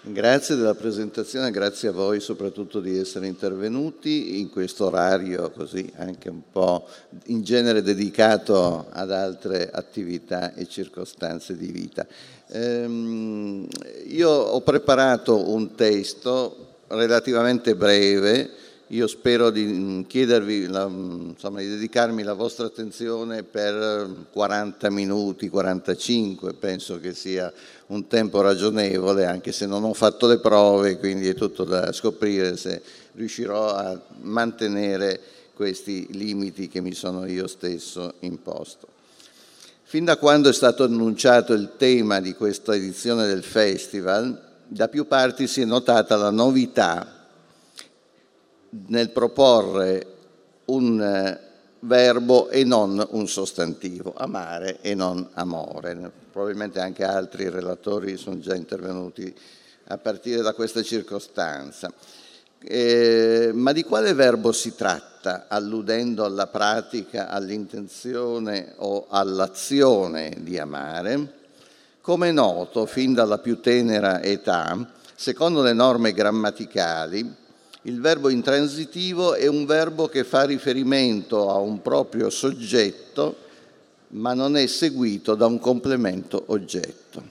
Grazie della presentazione, grazie a voi soprattutto di essere intervenuti in questo orario così anche un po' in genere dedicato ad altre attività e circostanze di vita. Io ho preparato un testo relativamente breve. Io spero di chiedervi, di dedicarmi la vostra attenzione per 40 minuti, 45, penso che sia un tempo ragionevole, anche se non ho fatto le prove, quindi è tutto da scoprire se riuscirò a mantenere questi limiti che mi sono io stesso imposto. Fin da quando è stato annunciato il tema di questa edizione del festival, da più parti si è notata la novità nel proporre un verbo e non un sostantivo, amare e non amore. Probabilmente anche altri relatori sono già intervenuti a partire da questa circostanza. Ma di quale verbo si tratta, alludendo alla pratica, all'intenzione o all'azione di amare? Come è noto, fin dalla più tenera età, secondo le norme grammaticali, il verbo intransitivo è un verbo che fa riferimento a un proprio soggetto, ma non è seguito da un complemento oggetto.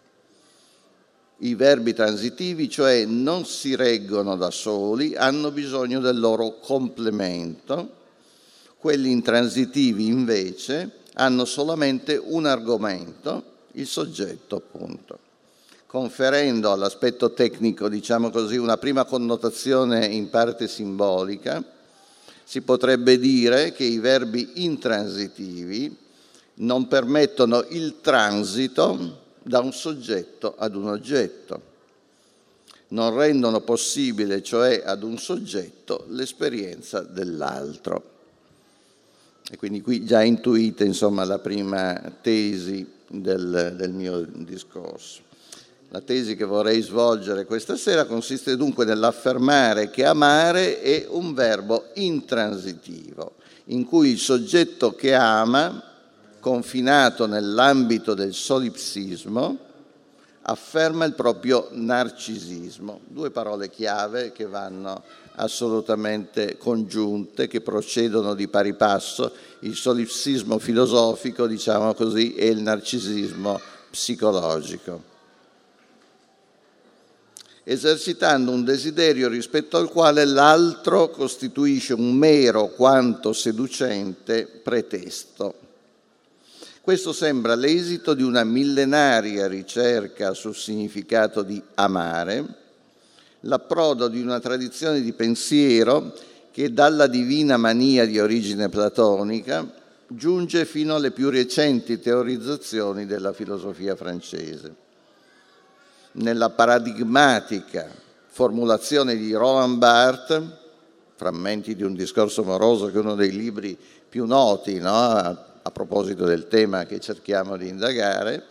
I verbi transitivi, cioè, non si reggono da soli, hanno bisogno del loro complemento. Quelli intransitivi, invece, hanno solamente un argomento, il soggetto, appunto, conferendo all'aspetto tecnico, diciamo così, una prima connotazione in parte simbolica. Si potrebbe dire che i verbi intransitivi non permettono il transito da un soggetto ad un oggetto, non rendono possibile, cioè, ad un soggetto l'esperienza dell'altro. E quindi qui già intuite, insomma, la prima tesi del mio discorso. La tesi che vorrei svolgere questa sera consiste dunque nell'affermare che amare è un verbo intransitivo, in cui il soggetto che ama, confinato nell'ambito del solipsismo, afferma il proprio narcisismo. Due parole chiave che vanno assolutamente congiunte, che procedono di pari passo. Il solipsismo filosofico, diciamo così, e il narcisismo psicologico, esercitando un desiderio rispetto al quale l'altro costituisce un mero quanto seducente pretesto. Questo sembra l'esito di una millenaria ricerca sul significato di amare, l'approdo di una tradizione di pensiero che dalla divina mania di origine platonica giunge fino alle più recenti teorizzazioni della filosofia francese. Nella paradigmatica formulazione di Roland Barthes, Frammenti di un discorso amoroso, che è uno dei libri più noti, no? A proposito del tema che cerchiamo di indagare,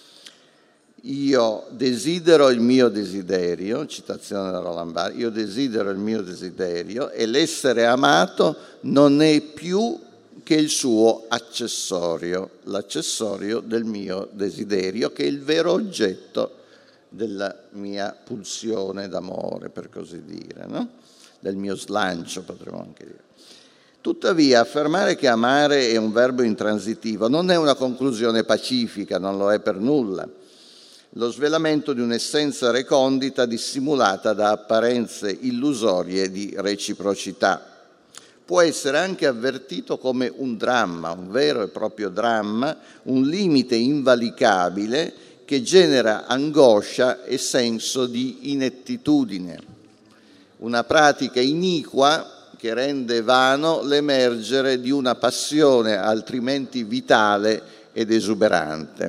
io desidero il mio desiderio, citazione da Roland Barthes, io desidero il mio desiderio e l'essere amato non è più che il suo accessorio, l'accessorio del mio desiderio, che è il vero oggetto della mia pulsione d'amore, per così dire, no? Del mio slancio, potremmo anche dire. Tuttavia, affermare che amare è un verbo intransitivo non è una conclusione pacifica, non lo è per nulla. Lo svelamento di un'essenza recondita dissimulata da apparenze illusorie di reciprocità. Può essere anche avvertito come un dramma, un vero e proprio dramma, un limite invalicabile che genera angoscia e senso di inettitudine. Una pratica iniqua che rende vano l'emergere di una passione altrimenti vitale ed esuberante.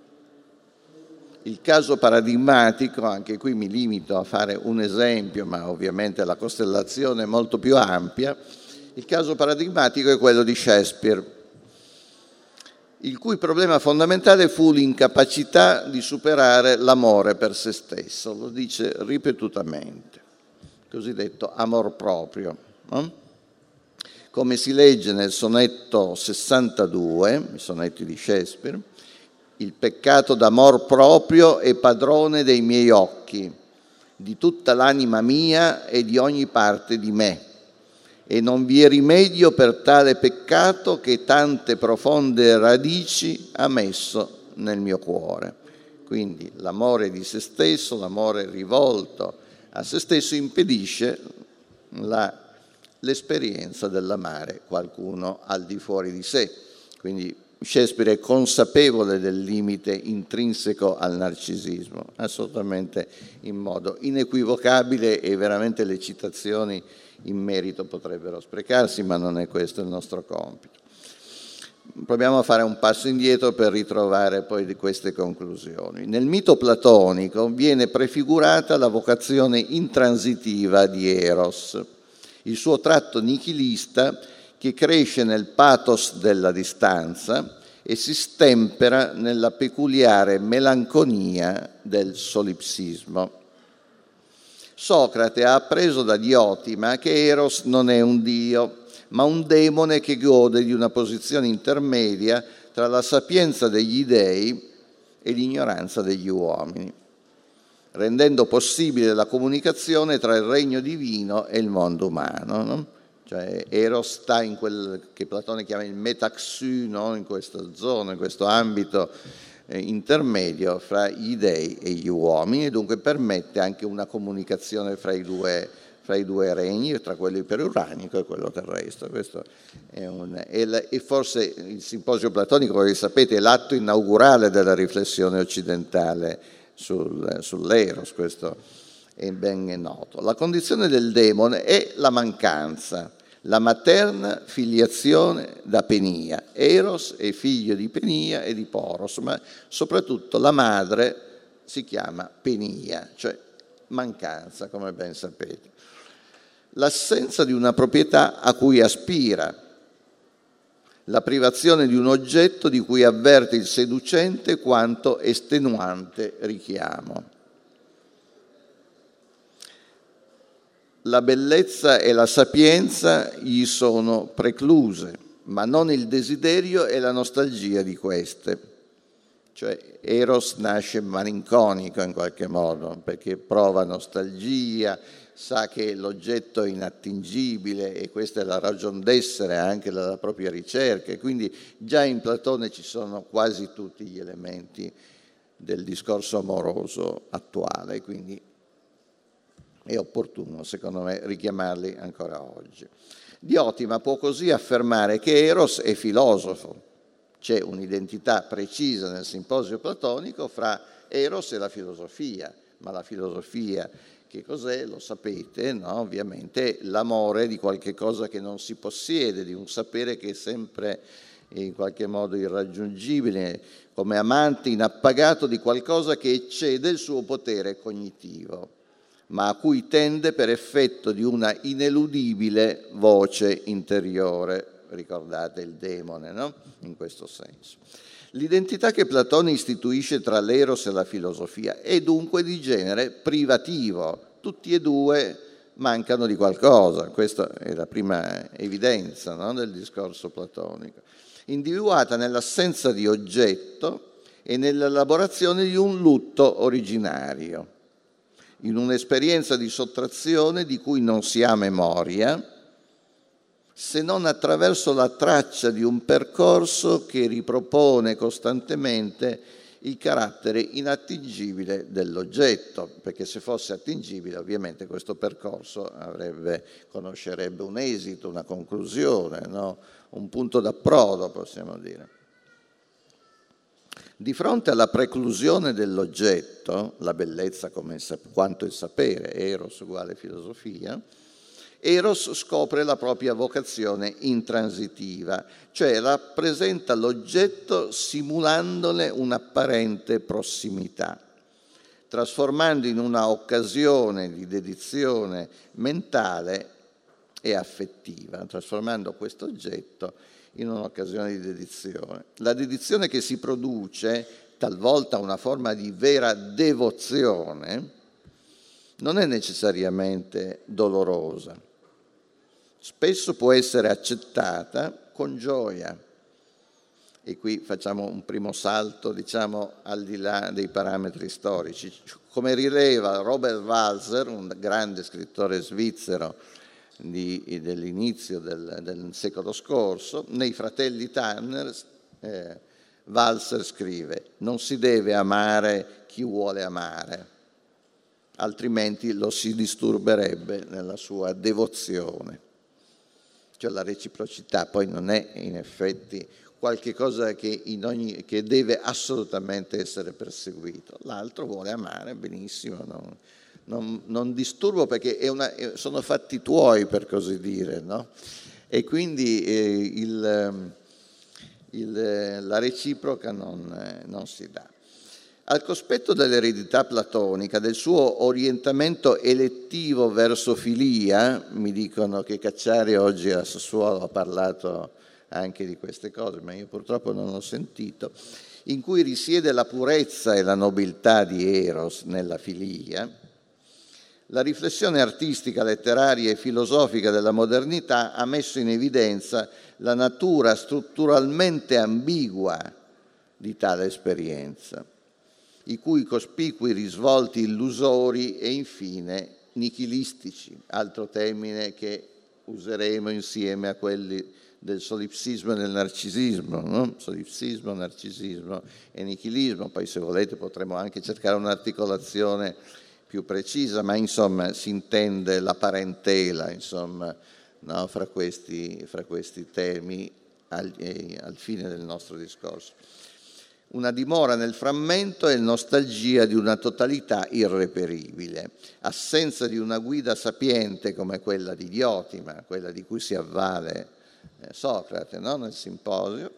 Il caso paradigmatico, anche qui mi limito a fare un esempio, ma ovviamente la costellazione è molto più ampia, il caso paradigmatico è quello di Shakespeare, il cui problema fondamentale fu l'incapacità di superare l'amore per se stesso, lo dice ripetutamente, cosiddetto amor proprio. No? Come si legge nel sonetto 62, i sonetti di Shakespeare, il peccato d'amor proprio è padrone dei miei occhi, di tutta l'anima mia e di ogni parte di me, e non vi è rimedio per tale peccato che tante profonde radici ha messo nel mio cuore. Quindi l'amore di se stesso, l'amore rivolto a se stesso impedisce l'esperienza dell'amare qualcuno al di fuori di sé. Quindi Shakespeare è consapevole del limite intrinseco al narcisismo, assolutamente in modo inequivocabile, e veramente le citazioni in merito potrebbero sprecarsi, ma non è questo il nostro compito. Proviamo a fare un passo indietro per ritrovare poi di queste conclusioni. Nel mito platonico viene prefigurata la vocazione intransitiva di Eros, il suo tratto nichilista che cresce nel pathos della distanza e si stempera nella peculiare melanconia del solipsismo. Socrate ha appreso da Diotima che Eros non è un dio, ma un demone che gode di una posizione intermedia tra la sapienza degli dei e l'ignoranza degli uomini, rendendo possibile la comunicazione tra il regno divino e il mondo umano, no? Cioè Eros sta in quel che Platone chiama il metaxu, no? In questa zona, in questo ambito intermedio fra gli dei e gli uomini, e dunque permette anche una comunicazione fra i due regni, tra quello iperuranico e quello terrestre. Questo e forse il simposio platonico, come sapete, è l'atto inaugurale della riflessione occidentale sull'Eros, questo è ben noto. La condizione del demone è la mancanza, la materna filiazione da Penia. Eros è figlio di Penia e di Poros, ma soprattutto la madre si chiama Penia, cioè mancanza, come ben sapete. L'assenza di una proprietà a cui aspira, la privazione di un oggetto di cui avverte il seducente quanto estenuante richiamo. La bellezza e la sapienza gli sono precluse, ma non il desiderio e la nostalgia di queste. Cioè Eros nasce malinconico in qualche modo, perché prova nostalgia, sa che l'oggetto è inattingibile, e questa è la ragion d'essere anche della propria ricerca, e quindi già in Platone ci sono quasi tutti gli elementi del discorso amoroso attuale, quindi è opportuno, secondo me, richiamarli ancora oggi. Diotima può così affermare che Eros è filosofo. C'è un'identità precisa nel simposio platonico fra Eros e la filosofia, ma la filosofia che cos'è? Lo sapete, no? Ovviamente l'amore di qualche cosa che non si possiede, di un sapere che è sempre in qualche modo irraggiungibile, come amante inappagato di qualcosa che eccede il suo potere cognitivo, ma a cui tende per effetto di una ineludibile voce interiore. Ricordate il demone, no? In questo senso. L'identità che Platone istituisce tra l'Eros e la filosofia è dunque di genere privativo. Tutti e due mancano di qualcosa, questa è la prima evidenza, no? Del discorso platonico. Individuata nell'assenza di oggetto e nell'elaborazione di un lutto originario, in un'esperienza di sottrazione di cui non si ha memoria, se non attraverso la traccia di un percorso che ripropone costantemente il carattere inattingibile dell'oggetto, perché se fosse attingibile ovviamente questo percorso conoscerebbe un esito, una conclusione, no? Un punto d'approdo, possiamo dire. Di fronte alla preclusione dell'oggetto, la bellezza quanto il sapere, Eros uguale filosofia, Eros scopre la propria vocazione intransitiva, cioè rappresenta l'oggetto simulandone un'apparente prossimità, trasformando in una occasione di dedizione mentale e affettiva, trasformando questo oggetto in un'occasione di dedizione. La dedizione che si produce, talvolta una forma di vera devozione, non è necessariamente dolorosa. Spesso può essere accettata con gioia e qui facciamo un primo salto, diciamo, al di là dei parametri storici. Come rileva Robert Walser, un grande scrittore svizzero dell'inizio del secolo scorso, nei Fratelli Tanner, Walser scrive: non si deve amare chi vuole amare, altrimenti lo si disturberebbe nella sua devozione. Cioè la reciprocità poi non è in effetti qualche cosa che deve assolutamente essere perseguito. L'altro vuole amare, benissimo, non disturbo perché sono fatti tuoi, per così dire, no? E quindi la reciproca non si dà. Al cospetto dell'eredità platonica, del suo orientamento elettivo verso Filia, mi dicono che Cacciari oggi a Sassuolo ha parlato anche di queste cose, ma io purtroppo non l'ho sentito, in cui risiede la purezza e la nobiltà di Eros nella filia, la riflessione artistica, letteraria e filosofica della modernità ha messo in evidenza la natura strutturalmente ambigua di tale esperienza, i cui cospicui risvolti illusori e infine nichilistici, altro termine che useremo insieme a quelli del solipsismo e del narcisismo, no? Solipsismo, narcisismo e nichilismo. Poi se volete potremo anche cercare un'articolazione più precisa, ma insomma si intende la parentela, insomma, no? fra questi temi al fine del nostro discorso. Una dimora nel frammento e nostalgia di una totalità irreperibile, assenza di una guida sapiente come quella di Diotima, quella di cui si avvale Socrate, no? Nel Simposio.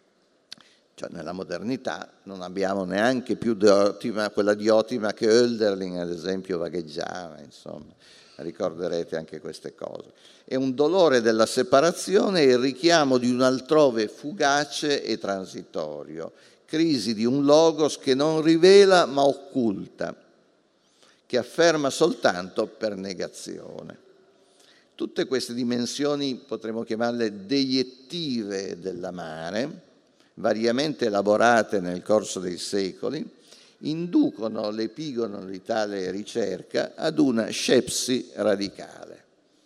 Cioè nella modernità non abbiamo neanche più quella Diotima che Hölderlin ad esempio vagheggiava, insomma, ricorderete anche queste cose. È un dolore della separazione e il richiamo di un altrove fugace e transitorio, crisi di un logos che non rivela ma occulta, che afferma soltanto per negazione. Tutte queste dimensioni potremmo chiamarle deiettive dell'amare, variamente elaborate nel corso dei secoli, inducono l'epigono di tale ricerca ad una scepsi radicale.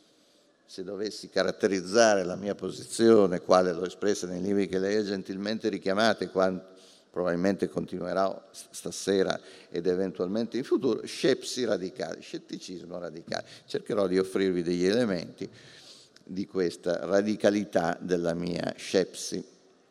Se dovessi caratterizzare la mia posizione, quale l'ho espressa nei libri che lei ha gentilmente richiamati, probabilmente continuerà stasera ed eventualmente in futuro, scepsi radicale, scetticismo radicale. Cercherò di offrirvi degli elementi di questa radicalità della mia scepsi.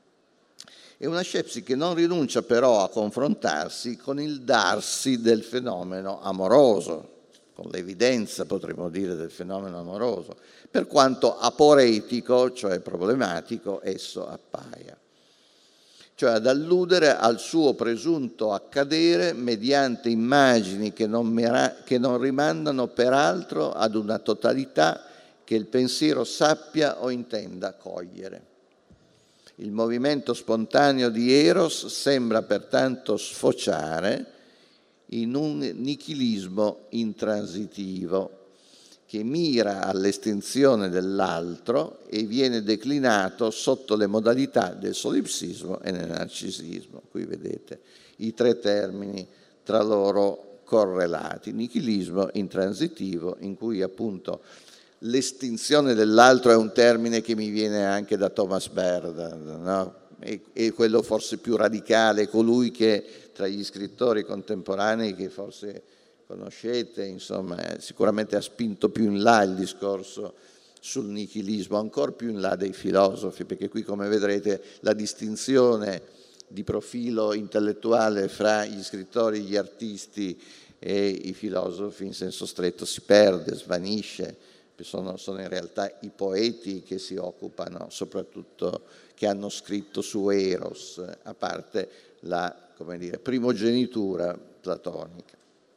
È una scepsi che non rinuncia però a confrontarsi con il darsi del fenomeno amoroso, con l'evidenza, potremmo dire, del fenomeno amoroso, per quanto aporetico, cioè problematico, esso appaia. Cioè ad alludere al suo presunto accadere mediante immagini che non rimandano peraltro ad una totalità che il pensiero sappia o intenda cogliere. Il movimento spontaneo di Eros sembra pertanto sfociare in un nichilismo intransitivo che mira all'estinzione dell'altro e viene declinato sotto le modalità del solipsismo e del narcisismo. Qui vedete i tre termini tra loro correlati. Nichilismo intransitivo, in cui appunto l'estinzione dell'altro è un termine che mi viene anche da Thomas Baird, no? E quello forse più radicale, colui che tra gli scrittori contemporanei che forse conoscete, insomma, sicuramente ha spinto più in là il discorso sul nichilismo, ancora più in là dei filosofi, perché qui, come vedrete, la distinzione di profilo intellettuale fra gli scrittori, gli artisti e i filosofi in senso stretto si perde, svanisce. Sono in realtà i poeti che si occupano, soprattutto che hanno scritto su Eros, a parte la, come dire, primogenitura platonica.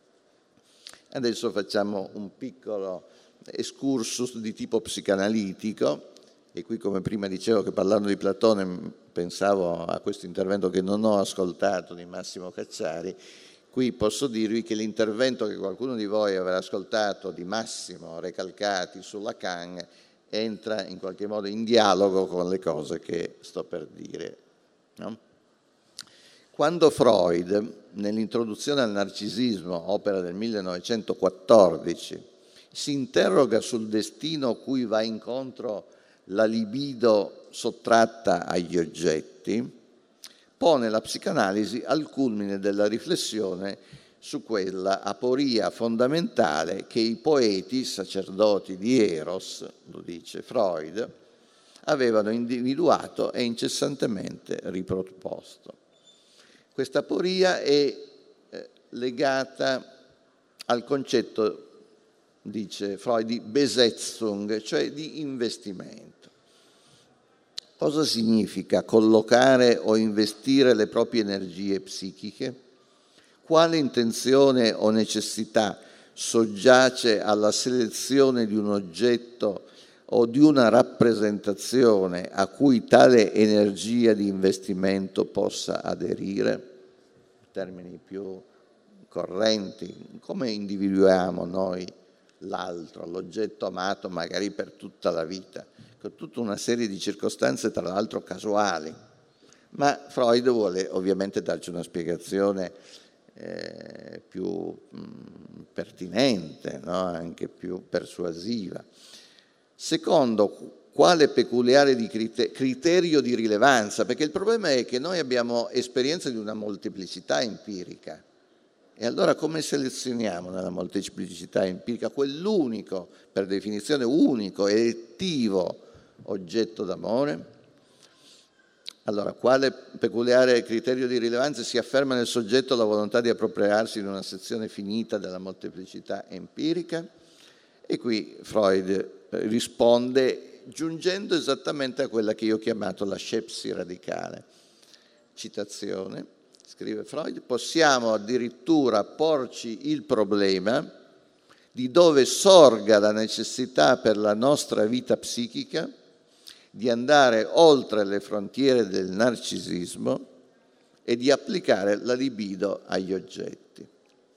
Adesso facciamo un piccolo excursus di tipo psicanalitico, e qui, come prima dicevo che parlando di Platone pensavo a questo intervento che non ho ascoltato di Massimo Cacciari. Qui posso dirvi che l'intervento che qualcuno di voi avrà ascoltato di Massimo Recalcati su Lacan entra in qualche modo in dialogo con le cose che sto per dire no? Quando Freud, nell'introduzione al narcisismo, opera del 1914, si interroga sul destino cui va incontro la libido sottratta agli oggetti, pone la psicanalisi al culmine della riflessione su quella aporia fondamentale che i poeti, sacerdoti di Eros, lo dice Freud, avevano individuato e incessantemente riproposto. Questa aporia è legata al concetto, dice Freud, di Besetzung, cioè di investimento. Cosa significa collocare o investire le proprie energie psichiche? Quale intenzione o necessità soggiace alla selezione di un oggetto o di una rappresentazione a cui tale energia di investimento possa aderire? In termini più correnti, come individuiamo noi l'altro, l'oggetto amato magari per tutta la vita, con tutta una serie di circostanze tra l'altro casuali? Ma Freud vuole ovviamente darci una spiegazione più pertinente, no? Anche più persuasiva. Secondo, quale peculiare criterio di rilevanza? Perché il problema è che noi abbiamo esperienza di una molteplicità empirica. E allora come selezioniamo nella molteplicità empirica quell'unico, per definizione unico, elettivo oggetto d'amore? Allora, quale peculiare criterio di rilevanza? Si afferma nel soggetto la volontà di appropriarsi di una sezione finita della molteplicità empirica? E qui Freud risponde giungendo esattamente a quella che io ho chiamato la skepsi radicale. Citazione, scrive Freud: possiamo addirittura porci il problema di dove sorga la necessità per la nostra vita psichica di andare oltre le frontiere del narcisismo e di applicare la libido agli oggetti.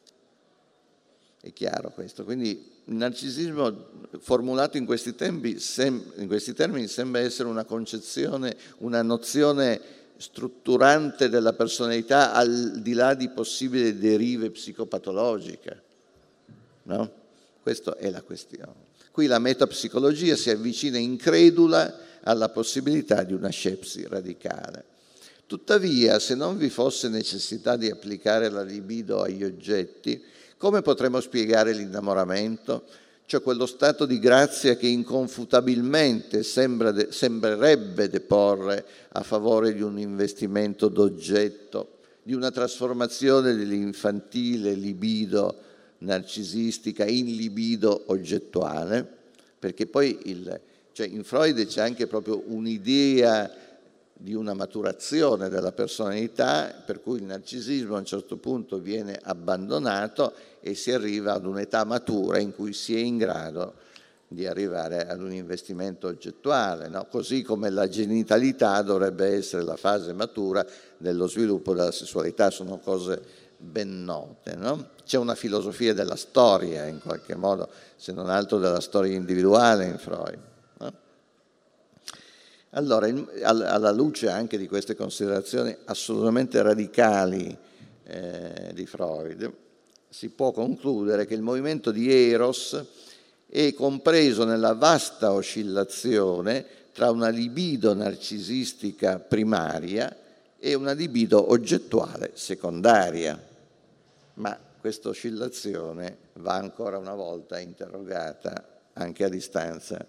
È chiaro questo? Quindi il narcisismo formulato in questi termini sembra essere una concezione, una nozione strutturante della personalità al di là di possibili derive psicopatologiche, no? Questa è la questione. Qui la metapsicologia si avvicina incredula alla possibilità di una skepsi radicale. Tuttavia, se non vi fosse necessità di applicare la libido agli oggetti, come potremmo spiegare l'innamoramento? Cioè quello stato di grazia che inconfutabilmente sembrerebbe deporre a favore di un investimento d'oggetto, di una trasformazione dell'infantile libido narcisistica in libido oggettuale, perché poi in Freud c'è anche proprio un'idea di una maturazione della personalità, per cui il narcisismo a un certo punto viene abbandonato e si arriva ad un'età matura in cui si è in grado di arrivare ad un investimento oggettuale, no? Così come la genitalità dovrebbe essere la fase matura dello sviluppo della sessualità, sono cose ben note, no? C'è una filosofia della storia, in qualche modo, se non altro della storia individuale in Freud. Allora, alla luce anche di queste considerazioni assolutamente radicali di Freud, si può concludere che il movimento di Eros è compreso nella vasta oscillazione tra una libido narcisistica primaria e una libido oggettuale secondaria. Ma questa oscillazione va ancora una volta interrogata anche a distanza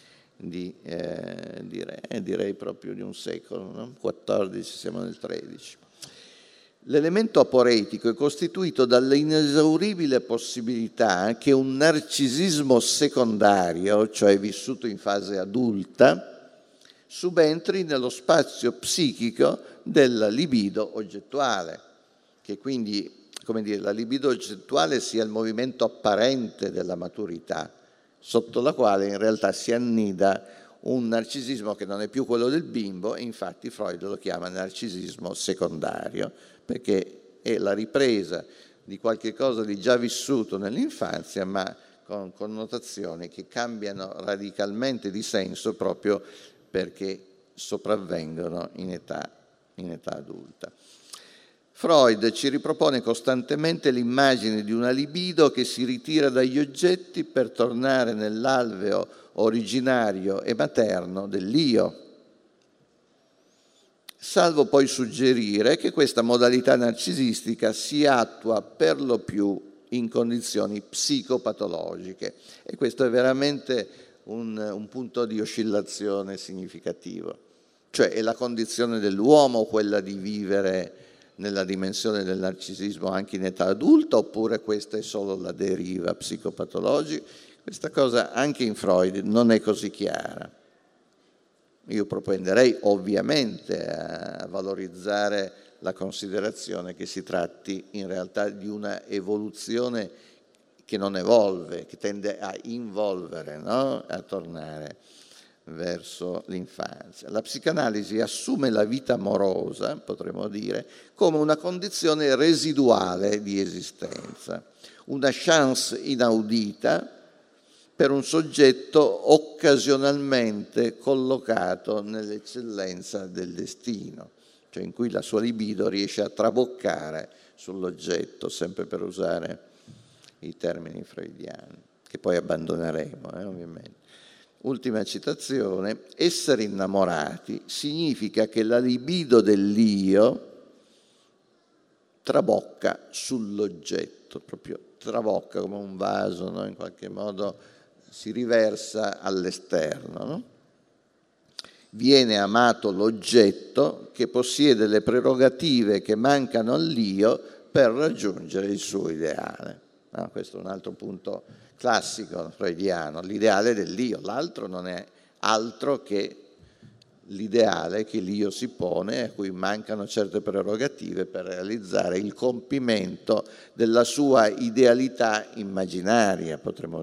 direi proprio di un secolo, no? 14, siamo nel 13. L'elemento aporetico è costituito dall'inesauribile possibilità che un narcisismo secondario, cioè vissuto in fase adulta, subentri nello spazio psichico della libido oggettuale, che quindi, come dire, la libido oggettuale sia il movimento apparente della maturità, sotto la quale in realtà si annida un narcisismo che non è più quello del bimbo, e infatti Freud lo chiama narcisismo secondario, perché è la ripresa di qualche cosa di già vissuto nell'infanzia, ma con connotazioni che cambiano radicalmente di senso proprio perché sopravvengono in età in età adulta. Freud ci ripropone costantemente l'immagine di una libido che si ritira dagli oggetti per tornare nell'alveo originario e materno dell'io, salvo poi suggerire che questa modalità narcisistica si attua per lo più in condizioni psicopatologiche, e questo è veramente un punto di oscillazione significativo. Cioè è la condizione dell'uomo quella di vivere nella dimensione del narcisismo anche in età adulta, oppure questa è solo la deriva psicopatologica? Questa cosa anche in Freud non è così chiara. Io propenderei ovviamente a valorizzare la considerazione che si tratti in realtà di una evoluzione che non evolve, che tende a involvere, no? A tornare verso l'infanzia. La psicanalisi assume la vita amorosa, potremmo dire, come una condizione residuale di esistenza, una chance inaudita per un soggetto occasionalmente collocato nell'eccellenza del destino, cioè in cui la sua libido riesce a traboccare sull'oggetto, sempre per usare i termini freudiani, che poi abbandoneremo, ovviamente. Ultima citazione: essere innamorati significa che la libido dell'io trabocca sull'oggetto, proprio trabocca come un vaso, no? In qualche modo si riversa all'esterno, no? Viene amato l'oggetto che possiede le prerogative che mancano all'io per raggiungere il suo ideale. Questo è un altro punto classico freudiano, l'ideale dell'io. L'altro non è altro che l'ideale che l'io si pone, a cui mancano certe prerogative per realizzare il compimento della sua idealità immaginaria, potremmo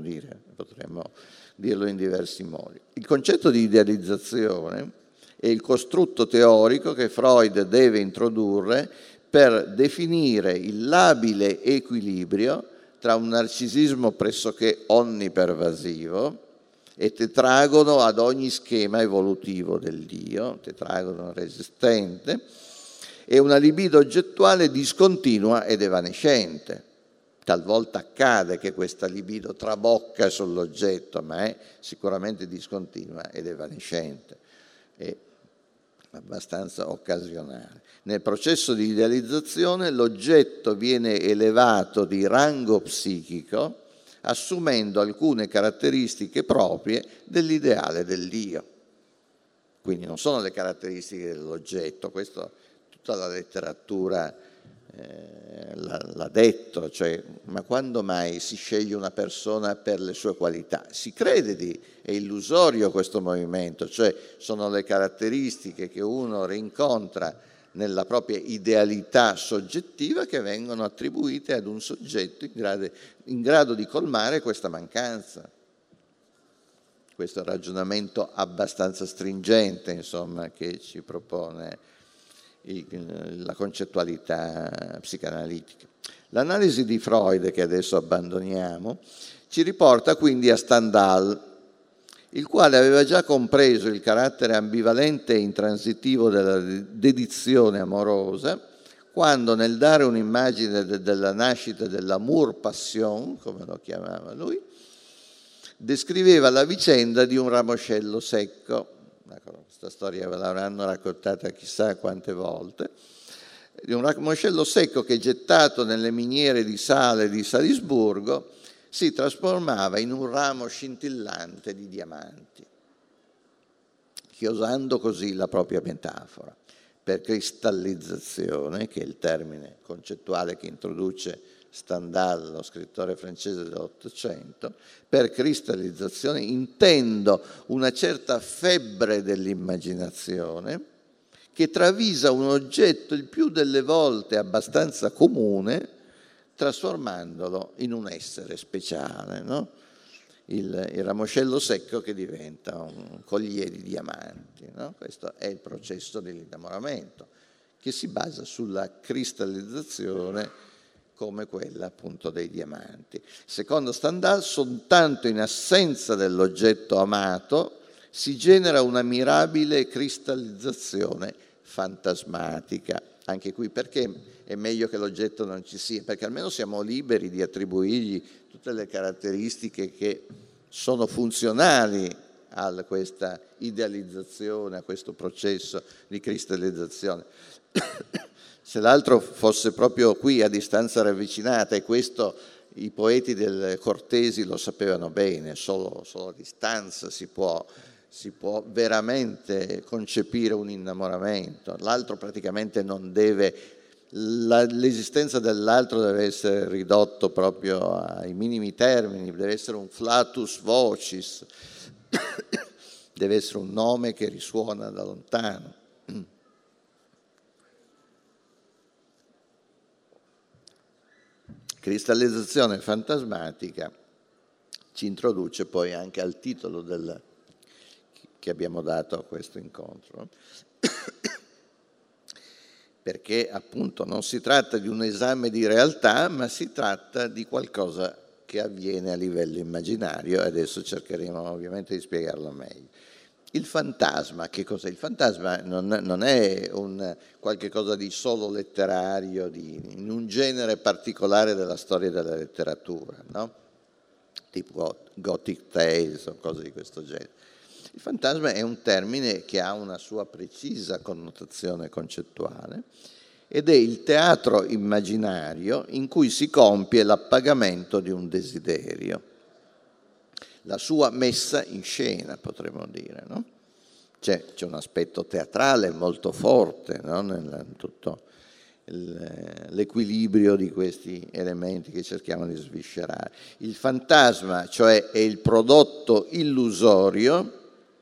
dirlo in diversi modi. Il concetto di idealizzazione è il costrutto teorico che Freud deve introdurre per definire il labile equilibrio tra un narcisismo pressoché onnipervasivo e tetragono ad ogni schema evolutivo dell'io, tetragono resistente, e una libido oggettuale discontinua ed evanescente. Talvolta accade che questa libido trabocca sull'oggetto, ma è sicuramente discontinua ed evanescente, è abbastanza occasionale. Nel processo di idealizzazione l'oggetto viene elevato di rango psichico, assumendo alcune caratteristiche proprie dell'ideale dell'io. Quindi non sono le caratteristiche dell'oggetto, questo tutta la letteratura l'ha detto, cioè, ma quando mai si sceglie una persona per le sue qualità? Si crede è illusorio questo movimento, cioè sono le caratteristiche che uno rincontra nella propria idealità soggettiva che vengono attribuite ad un soggetto in grado di colmare questa mancanza. Questo è un ragionamento abbastanza stringente, insomma, che ci propone la concettualità psicanalitica. L'analisi di Freud, che adesso abbandoniamo, ci riporta quindi a Stendhal, il quale aveva già compreso il carattere ambivalente e intransitivo della dedizione amorosa, quando nel dare un'immagine della nascita dell'amour passion, come lo chiamava lui, descriveva la vicenda di un ramoscello secco. Questa storia ve l'avranno raccontata chissà quante volte, di un ramoscello secco che, gettato nelle miniere di sale di Salisburgo, si trasformava in un ramo scintillante di diamanti, chiosando così la propria metafora. Per cristallizzazione, che è il termine concettuale che introduce Stendhal, lo scrittore francese dell'Ottocento, per cristallizzazione intendo una certa febbre dell'immaginazione che travisa un oggetto il più delle volte abbastanza comune, trasformandolo in un essere speciale, no? Il ramoscello secco che diventa un collier di diamanti, no? Questo è il processo dell'innamoramento, che si basa sulla cristallizzazione come quella appunto dei diamanti. Secondo Stendhal, soltanto in assenza dell'oggetto amato si genera una mirabile cristallizzazione fantasmatica. Anche qui perché è meglio che l'oggetto non ci sia, perché almeno siamo liberi di attribuirgli tutte le caratteristiche che sono funzionali a questa idealizzazione, a questo processo di cristallizzazione. Se l'altro fosse proprio qui a distanza ravvicinata, e questo i poeti del Cortesi lo sapevano bene, solo a distanza si può veramente concepire un innamoramento. L'altro praticamente non deve, l'esistenza dell'altro deve essere ridotto proprio ai minimi termini, deve essere un flatus vocis, deve essere un nome che risuona da lontano. Cristallizzazione fantasmatica ci introduce poi anche al titolo che abbiamo dato a questo incontro, perché appunto non si tratta di un esame di realtà, ma si tratta di qualcosa che avviene a livello immaginario, e adesso cercheremo ovviamente di spiegarlo meglio. Il fantasma, che cos'è? Il fantasma non è qualche cosa di solo letterario, in un genere particolare della storia della letteratura, no? Tipo Gothic Tales o cose di questo genere. Il fantasma è un termine che ha una sua precisa connotazione concettuale ed è il teatro immaginario in cui si compie l'appagamento di un desiderio, la sua messa in scena, potremmo dire, no? C'è un aspetto teatrale molto forte, no? In tutto l'equilibrio di questi elementi che cerchiamo di sviscerare. Il fantasma, cioè, è il prodotto illusorio,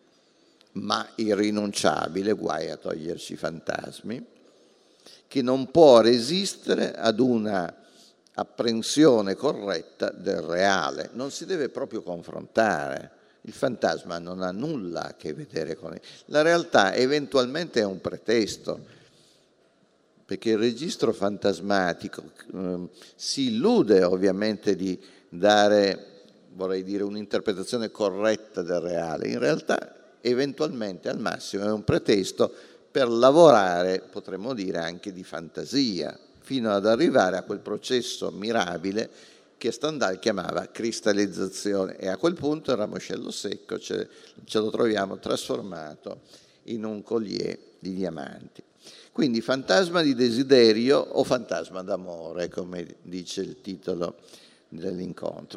ma irrinunciabile, guai a toglierci i fantasmi, che non può resistere ad una apprensione corretta del reale, non si deve proprio confrontare. Il fantasma non ha nulla a che vedere con la realtà, eventualmente è un pretesto, perché il registro fantasmatico si illude ovviamente di dare, vorrei dire, un'interpretazione corretta del reale. In realtà eventualmente al massimo è un pretesto per lavorare, potremmo dire, anche di fantasia, fino ad arrivare a quel processo mirabile che Stendhal chiamava cristallizzazione, e a quel punto il ramoscello secco ce lo troviamo trasformato in un collier di diamanti. Quindi fantasma di desiderio o fantasma d'amore, come dice il titolo dell'incontro.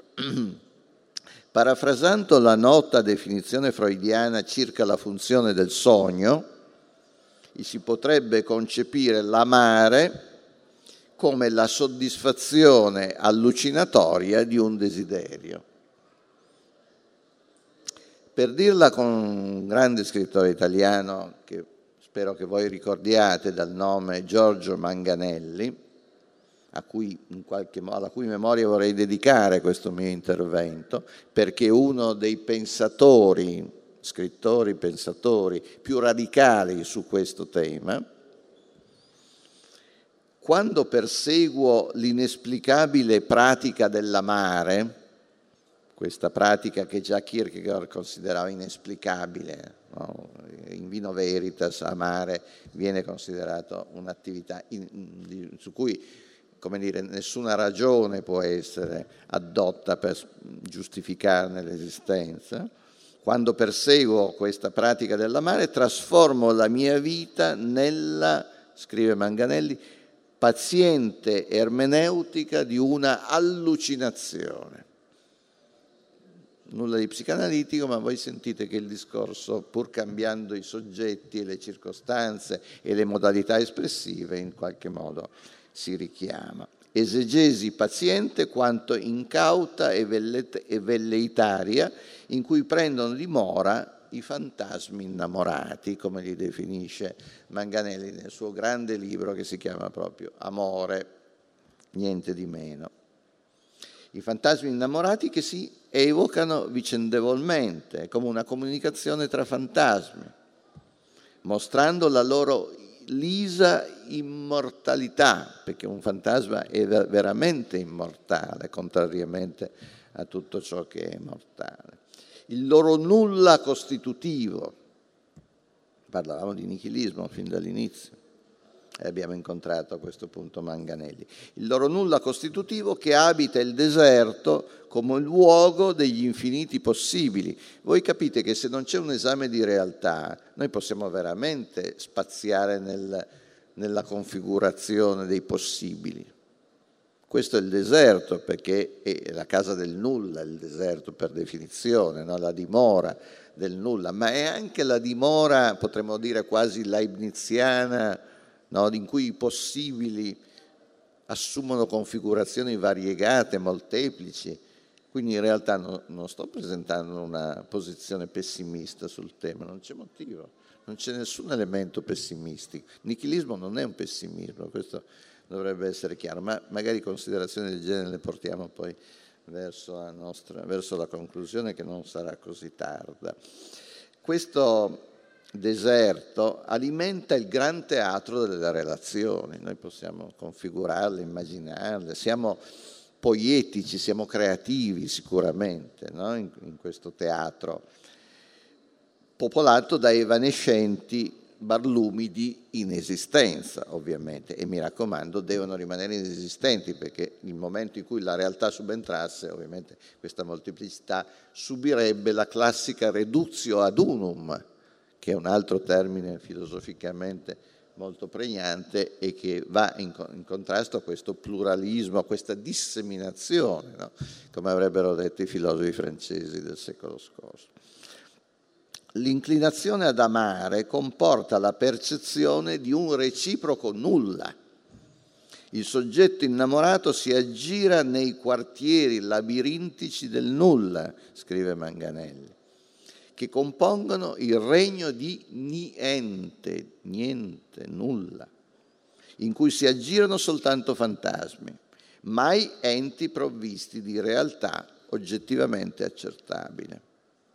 Parafrasando la nota definizione freudiana circa la funzione del sogno, si potrebbe concepire l'amare come la soddisfazione allucinatoria di un desiderio. Per dirla con un grande scrittore italiano che spero che voi ricordiate dal nome Giorgio Manganelli, alla cui memoria vorrei dedicare questo mio intervento, perché uno dei scrittori pensatori più radicali su questo tema. Quando perseguo l'inesplicabile pratica dell'amare, questa pratica che già Kierkegaard considerava inesplicabile, no? In vino veritas amare viene considerato un'attività su cui, come dire, nessuna ragione può essere addotta per giustificarne l'esistenza. Quando perseguo questa pratica dell'amare trasformo la mia vita nella, scrive Manganelli, paziente ermeneutica di una allucinazione. Nulla di psicanalitico, ma voi sentite che il discorso, pur cambiando i soggetti e le circostanze e le modalità espressive, in qualche modo si richiama. Esegesi paziente quanto incauta e velleitaria, in cui prendono dimora i fantasmi innamorati, come li definisce Manganelli nel suo grande libro che si chiama proprio Amore, niente di meno. I fantasmi innamorati che si evocano vicendevolmente, come una comunicazione tra fantasmi, mostrando la loro lisa immortalità, perché un fantasma è veramente immortale, contrariamente a tutto ciò che è mortale. Il loro nulla costitutivo, parlavamo di nichilismo fin dall'inizio e abbiamo incontrato a questo punto Manganelli. Il loro nulla costitutivo che abita il deserto come luogo degli infiniti possibili. Voi capite che se non c'è un esame di realtà, noi possiamo veramente spaziare nella configurazione dei possibili. Questo è il deserto, perché è la casa del nulla, il deserto per definizione, no? La dimora del nulla, ma è anche la dimora, potremmo dire quasi leibniziana, no? In cui i possibili assumono configurazioni variegate, molteplici. Quindi in realtà non sto presentando una posizione pessimista sul tema, non c'è motivo, non c'è nessun elemento pessimistico. Il nichilismo non è un pessimismo, questo dovrebbe essere chiaro, ma magari considerazioni del genere le portiamo poi verso la conclusione, che non sarà così tarda. Questo deserto alimenta il gran teatro delle relazioni, noi possiamo configurarle, immaginarle, siamo poetici, siamo creativi sicuramente, no? in questo teatro popolato da evanescenti barlumi di inesistenza, ovviamente, e mi raccomando, devono rimanere inesistenti, perché nel momento in cui la realtà subentrasse, ovviamente questa molteplicità subirebbe la classica reductio ad unum, che è un altro termine filosoficamente molto pregnante e che va in contrasto a questo pluralismo, a questa disseminazione, no? Come avrebbero detto i filosofi francesi del secolo scorso. L'inclinazione ad amare comporta la percezione di un reciproco nulla. Il soggetto innamorato si aggira nei quartieri labirintici del nulla, scrive Manganelli, che compongono il regno di niente, nulla, in cui si aggirano soltanto fantasmi, mai enti provvisti di realtà oggettivamente accettabile.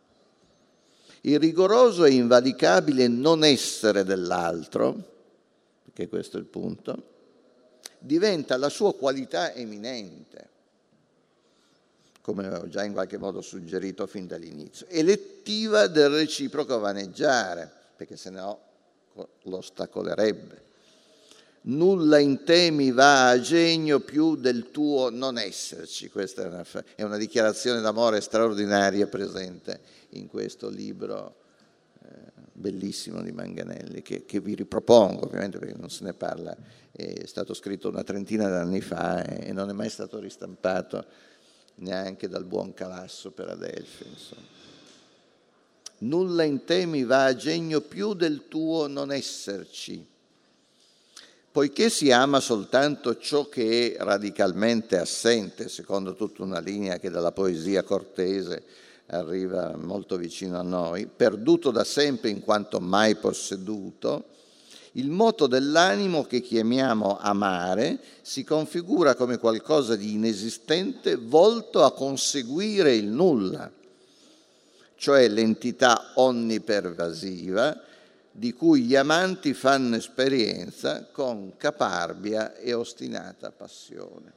Il rigoroso e invalicabile non essere dell'altro, perché questo è il punto, diventa la sua qualità eminente, come ho già in qualche modo suggerito fin dall'inizio, elettiva del reciproco vaneggiare, perché se no lo ostacolerebbe. Nulla in te mi va a genio più del tuo non esserci. Questa è una dichiarazione d'amore straordinaria presente in questo libro bellissimo di Manganelli, che vi ripropongo, ovviamente, perché non se ne parla, è stato scritto una trentina d'anni fa e non è mai stato ristampato neanche dal buon Calasso per Adelphi, insomma. Nulla in te mi va a genio più del tuo non esserci. Poiché si ama soltanto ciò che è radicalmente assente, secondo tutta una linea che dalla poesia cortese arriva molto vicino a noi, perduto da sempre in quanto mai posseduto, il moto dell'animo che chiamiamo amare si configura come qualcosa di inesistente volto a conseguire il nulla, cioè l'entità onnipervasiva di cui gli amanti fanno esperienza con caparbia e ostinata passione.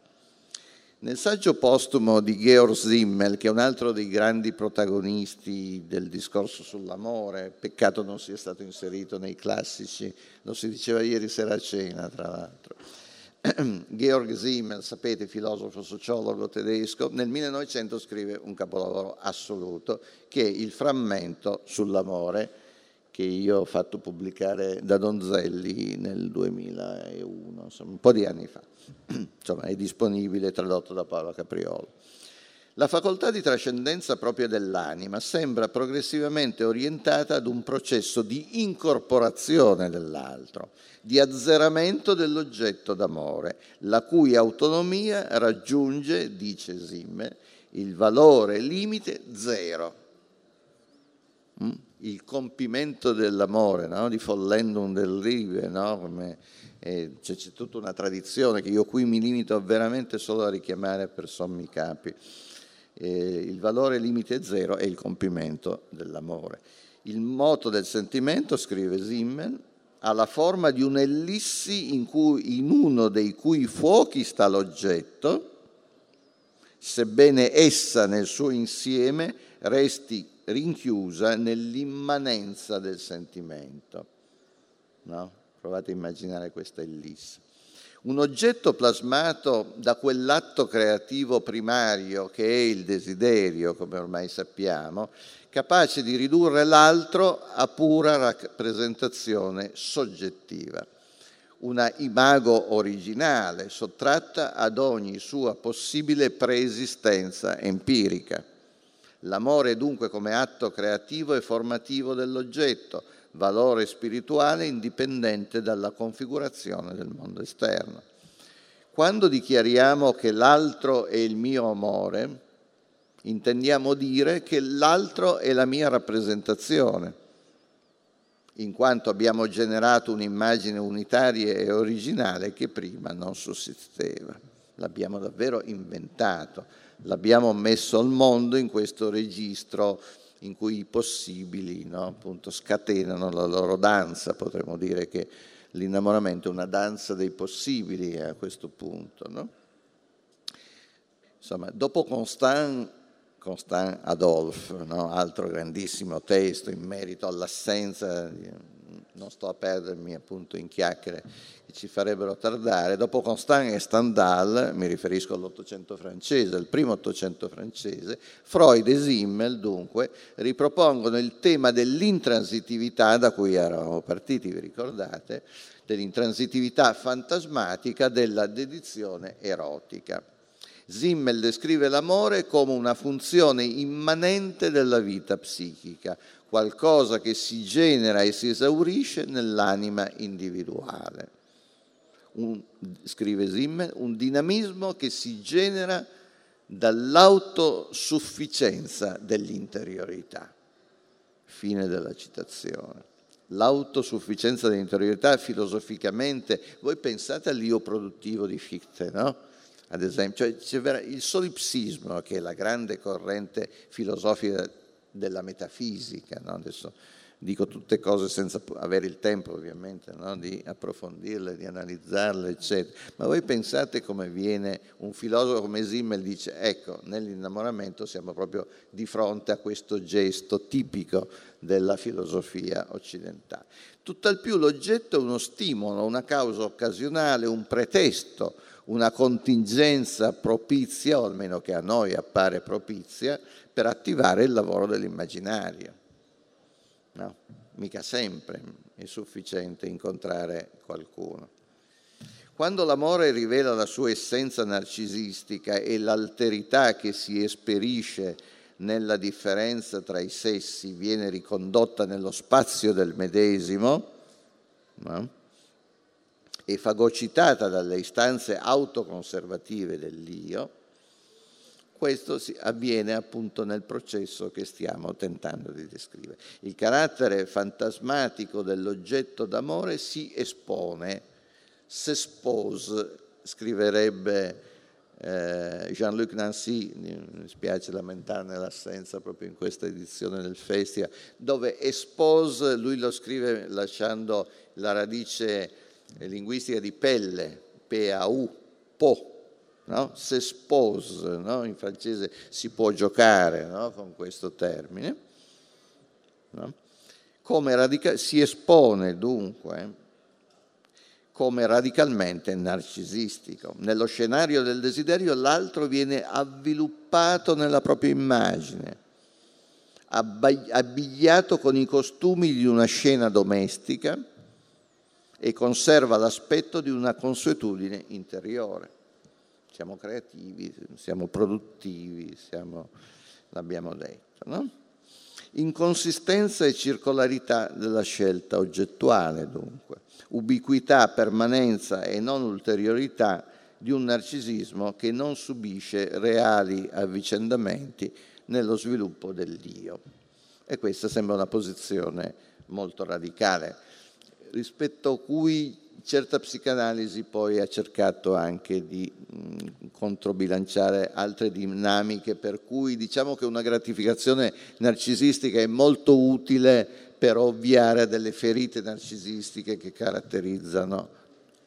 Nel saggio postumo di Georg Simmel, che è un altro dei grandi protagonisti del discorso sull'amore, peccato non sia stato inserito nei classici, lo si diceva ieri sera a cena, tra l'altro. Georg Simmel, sapete, filosofo sociologo tedesco, nel 1900 scrive un capolavoro assoluto, che è il frammento sull'amore, che io ho fatto pubblicare da Donzelli nel 2001, insomma, un po' di anni fa. Insomma, è disponibile, tradotto da Paolo Capriolo. La facoltà di trascendenza propria dell'anima sembra progressivamente orientata ad un processo di incorporazione dell'altro, di azzeramento dell'oggetto d'amore, la cui autonomia raggiunge, dice Simmel, il valore limite zero. Il compimento dell'amore, no? Di Follendum del Liebe, no? C'è tutta una tradizione che io qui mi limito veramente solo a richiamare per sommi capi. Il valore limite zero è il compimento dell'amore. Il moto del sentimento, scrive Simmel, ha la forma di un'ellissi in uno dei cui fuochi sta l'oggetto, sebbene essa nel suo insieme resti rinchiusa nell'immanenza del sentimento. No? Provate a immaginare questa ellisse. Un oggetto plasmato da quell'atto creativo primario che è il desiderio, come ormai sappiamo, capace di ridurre l'altro a pura rappresentazione soggettiva, una imago originale sottratta ad ogni sua possibile preesistenza empirica. L'amore dunque come atto creativo e formativo dell'oggetto, valore spirituale indipendente dalla configurazione del mondo esterno. Quando dichiariamo che l'altro è il mio amore, intendiamo dire che l'altro è la mia rappresentazione, in quanto abbiamo generato un'immagine unitaria e originale che prima non sussisteva. L'abbiamo davvero inventato, l'abbiamo messo al mondo in questo registro in cui i possibili, no, appunto, scatenano la loro danza. Potremmo dire che l'innamoramento è una danza dei possibili a questo punto. No? Insomma, dopo Constant Adolphe, no? Altro grandissimo testo in merito all'assenza, non sto a perdermi appunto in chiacchiere che ci farebbero tardare, dopo Constant e Stendhal, mi riferisco all'Ottocento francese, al primo Ottocento francese, Freud e Simmel dunque ripropongono il tema dell'intransitività da cui eravamo partiti, vi ricordate, dell'intransitività fantasmatica della dedizione erotica. Simmel descrive l'amore come una funzione immanente della vita psichica, qualcosa che si genera e si esaurisce nell'anima individuale. Scrive Simmel, un dinamismo che si genera dall'autosufficienza dell'interiorità. Fine della citazione. L'autosufficienza dell'interiorità filosoficamente, voi pensate all'io produttivo di Fichte, no? Ad esempio, c'è il solipsismo, che è la grande corrente filosofica della metafisica, no? Adesso dico tutte cose senza avere il tempo ovviamente, no? Di approfondirle, di analizzarle, eccetera. Ma voi pensate come viene un filosofo come Simmel dice, ecco, nell'innamoramento siamo proprio di fronte a questo gesto tipico della filosofia occidentale. Tutt'al più l'oggetto è uno stimolo, una causa occasionale, un pretesto, una contingenza propizia, o almeno che a noi appare propizia, per attivare il lavoro dell'immaginario. No, mica sempre è sufficiente incontrare qualcuno. Quando l'amore rivela la sua essenza narcisistica e l'alterità che si esperisce nella differenza tra i sessi viene ricondotta nello spazio del medesimo, no? E fagocitata dalle istanze autoconservative dell'io, questo avviene appunto nel processo che stiamo tentando di descrivere. Il carattere fantasmatico dell'oggetto d'amore si espone, s'espose, scriverebbe Jean-Luc Nancy, mi spiace lamentarne l'assenza proprio in questa edizione del Festival, dove espose, lui lo scrive lasciando la radice linguistica di pelle, P-A-U, po, no? S'espose, no? In francese si può giocare, no? Con questo termine. No? Si espone dunque come radicalmente narcisistico. Nello scenario del desiderio l'altro viene avviluppato nella propria immagine, abbigliato con i costumi di una scena domestica, e conserva l'aspetto di una consuetudine interiore. Siamo creativi, siamo produttivi, l'abbiamo detto, no? Inconsistenza e circolarità della scelta oggettuale, dunque. Ubiquità, permanenza e non ulteriorità di un narcisismo che non subisce reali avvicendamenti nello sviluppo dell'io. E questa sembra una posizione molto radicale, rispetto a cui certa psicanalisi poi ha cercato anche di controbilanciare altre dinamiche, per cui diciamo che una gratificazione narcisistica è molto utile per ovviare a delle ferite narcisistiche che caratterizzano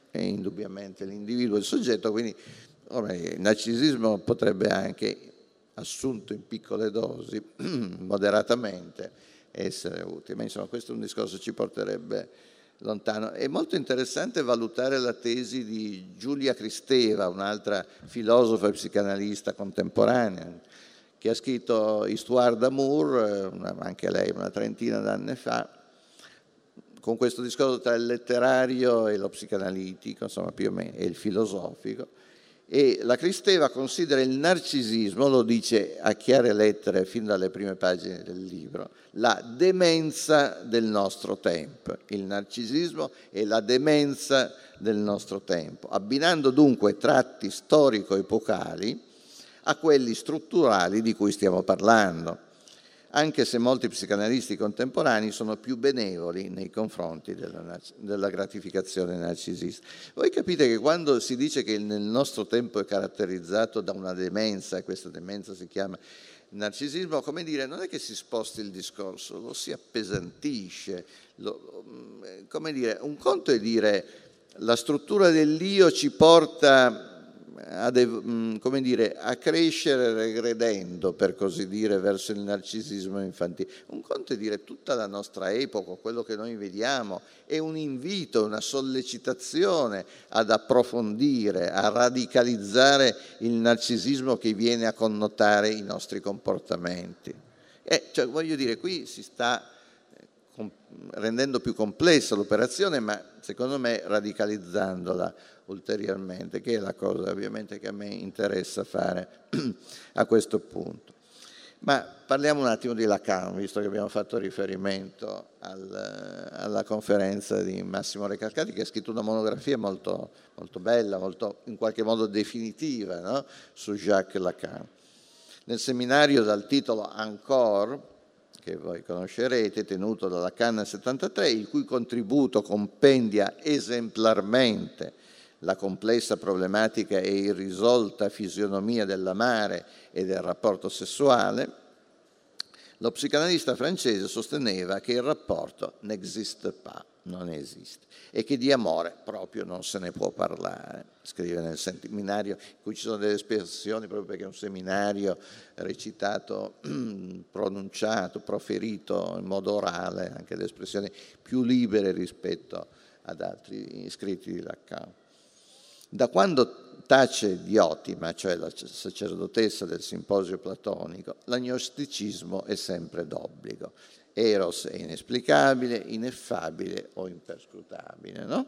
indubbiamente l'individuo e il soggetto, quindi il narcisismo potrebbe anche assunto in piccole dosi, moderatamente, essere utile. Ma insomma questo è un discorso che ci porterebbe lontano. È molto interessante valutare la tesi di Giulia Kristeva, un'altra filosofa e psicanalista contemporanea, che ha scritto Histoire d'amour, anche lei una trentina d'anni fa, con questo discorso tra il letterario e lo psicanalitico, insomma più o meno, e il filosofico. E la Kristeva considera il narcisismo, lo dice a chiare lettere fin dalle prime pagine del libro, la demenza del nostro tempo. Il narcisismo è la demenza del nostro tempo, abbinando dunque tratti storico-epocali a quelli strutturali di cui stiamo parlando, anche se molti psicanalisti contemporanei sono più benevoli nei confronti della gratificazione narcisista. Voi capite che quando si dice che nel nostro tempo è caratterizzato da una demenza, e questa demenza si chiama narcisismo, come dire, non è che si sposti il discorso, lo si appesantisce. Come dire, un conto è dire la struttura dell'io ci porta come dire, a crescere regredendo, per così dire, verso il narcisismo infantile. Un conto è dire tutta la nostra epoca, quello che noi vediamo, è un invito, una sollecitazione ad approfondire, a radicalizzare il narcisismo che viene a connotare i nostri comportamenti. Cioè, voglio dire, qui si sta rendendo più complessa l'operazione, ma secondo me radicalizzandola ulteriormente, che è la cosa ovviamente che a me interessa fare a questo punto. Ma parliamo un attimo di Lacan, visto che abbiamo fatto riferimento alla conferenza di Massimo Recalcati, che ha scritto una monografia molto, molto bella, molto in qualche modo definitiva, no? Su Jacques Lacan. Nel seminario dal titolo Encore, che voi conoscerete, tenuto da Lacan nel 1973, il cui contributo compendia esemplarmente la complessa problematica e irrisolta fisionomia dell'amare e del rapporto sessuale, lo psicanalista francese sosteneva che il rapporto n'existe pas, non esiste, e che di amore proprio non se ne può parlare. Scrive nel seminario, in cui ci sono delle espressioni, proprio perché è un seminario recitato, pronunciato, proferito in modo orale, anche le espressioni più libere rispetto ad altri scritti di Lacan. Da quando tace Diotima, cioè la sacerdotessa del simposio platonico, l'agnosticismo è sempre d'obbligo. Eros è inesplicabile, ineffabile o imperscrutabile, no?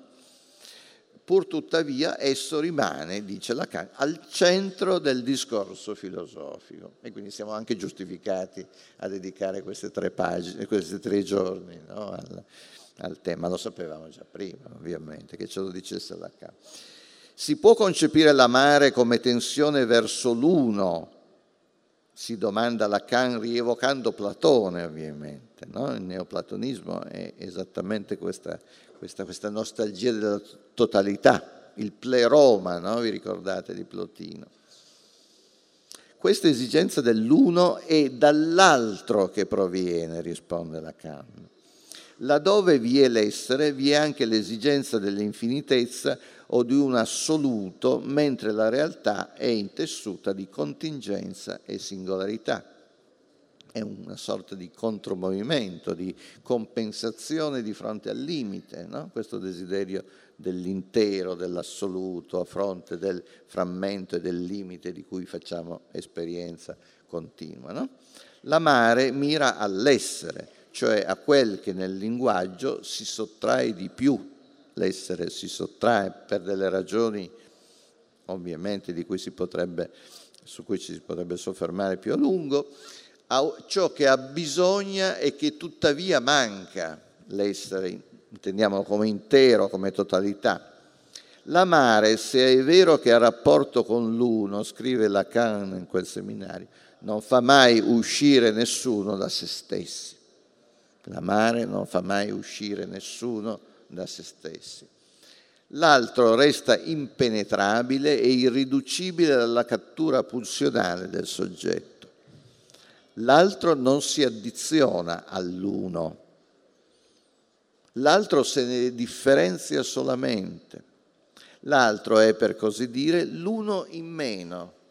Pur tuttavia esso rimane, dice Lacan, al centro del discorso filosofico, e quindi siamo anche giustificati a dedicare queste 3 pagine, questi 3 giorni, no? al tema. Lo sapevamo già prima, ovviamente, che ce lo dicesse Lacan. Si può concepire l'amare come tensione verso l'uno? Si domanda Lacan rievocando Platone, ovviamente, no? Il neoplatonismo è esattamente questa nostalgia della totalità, il pleroma, no? Vi ricordate di Plotino? Questa esigenza dell'uno è dall'altro che proviene, risponde Lacan. Laddove vi è l'essere, vi è anche l'esigenza dell'infinitezza o di un assoluto, mentre la realtà è intessuta di contingenza e singolarità. È una sorta di contromovimento, di compensazione di fronte al limite, no? Questo desiderio dell'intero, dell'assoluto, a fronte del frammento e del limite di cui facciamo esperienza continua, no? L'amare mira all'essere, cioè a quel che nel linguaggio si sottrae di più. L'essere si sottrae per delle ragioni, ovviamente, su cui ci si potrebbe soffermare più a lungo, a ciò che abbisogna e che tuttavia manca. L'essere, intendiamolo come intero, come totalità. L'amare, se è vero che ha rapporto con l'uno, scrive Lacan in quel seminario, non fa mai uscire nessuno da se stessi. L'amare non fa mai uscire nessuno da se stessi. L'altro resta impenetrabile e irriducibile dalla cattura pulsionale del soggetto. L'altro non si addiziona all'uno. L'altro se ne differenzia solamente. L'altro è, per così dire, l'uno in meno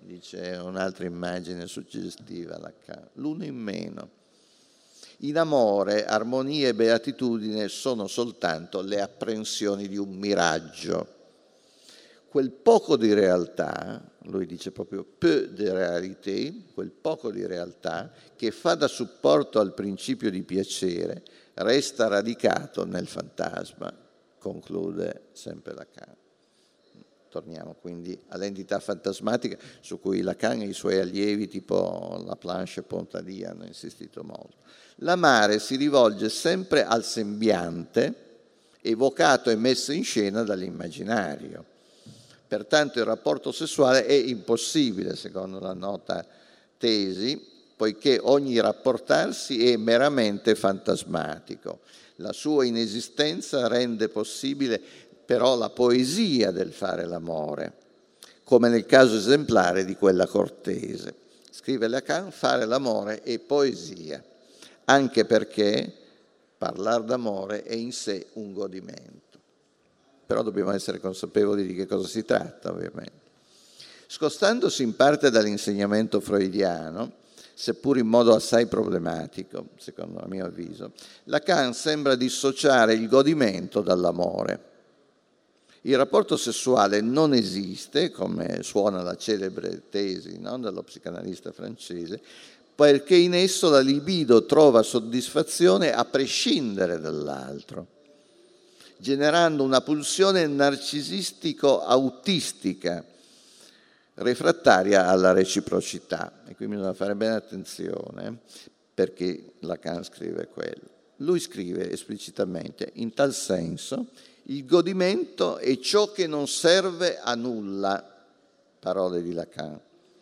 dice un'altra immagine suggestiva Lacan, l'uno in meno. In amore, armonia e beatitudine sono soltanto le apprensioni di un miraggio. Quel poco di realtà, lui dice proprio peu de réalité, quel poco di realtà che fa da supporto al principio di piacere, resta radicato nel fantasma, conclude sempre Lacan. Torniamo quindi all'entità fantasmatica su cui Lacan e i suoi allievi tipo Laplanche e Pontarlier hanno insistito molto. L'amare si rivolge sempre al sembiante, evocato e messo in scena dall'immaginario. Pertanto il rapporto sessuale è impossibile, secondo la nota tesi, poiché ogni rapportarsi è meramente fantasmatico. La sua inesistenza rende possibile però la poesia del fare l'amore, come nel caso esemplare di quella cortese. Scrive Lacan, fare l'amore è poesia, anche perché parlare d'amore è in sé un godimento. Però dobbiamo essere consapevoli di che cosa si tratta, ovviamente. Scostandosi in parte dall'insegnamento freudiano, seppur in modo assai problematico, secondo il mio avviso, Lacan sembra dissociare il godimento dall'amore. Il rapporto sessuale non esiste, come suona la celebre tesi, no, dello psicanalista francese, perché in esso la libido trova soddisfazione a prescindere dall'altro, generando una pulsione narcisistico-autistica, refrattaria alla reciprocità. E qui bisogna fare bene attenzione, perché Lacan scrive quello. Lui scrive esplicitamente, in tal senso, il godimento è ciò che non serve a nulla, parole di Lacan,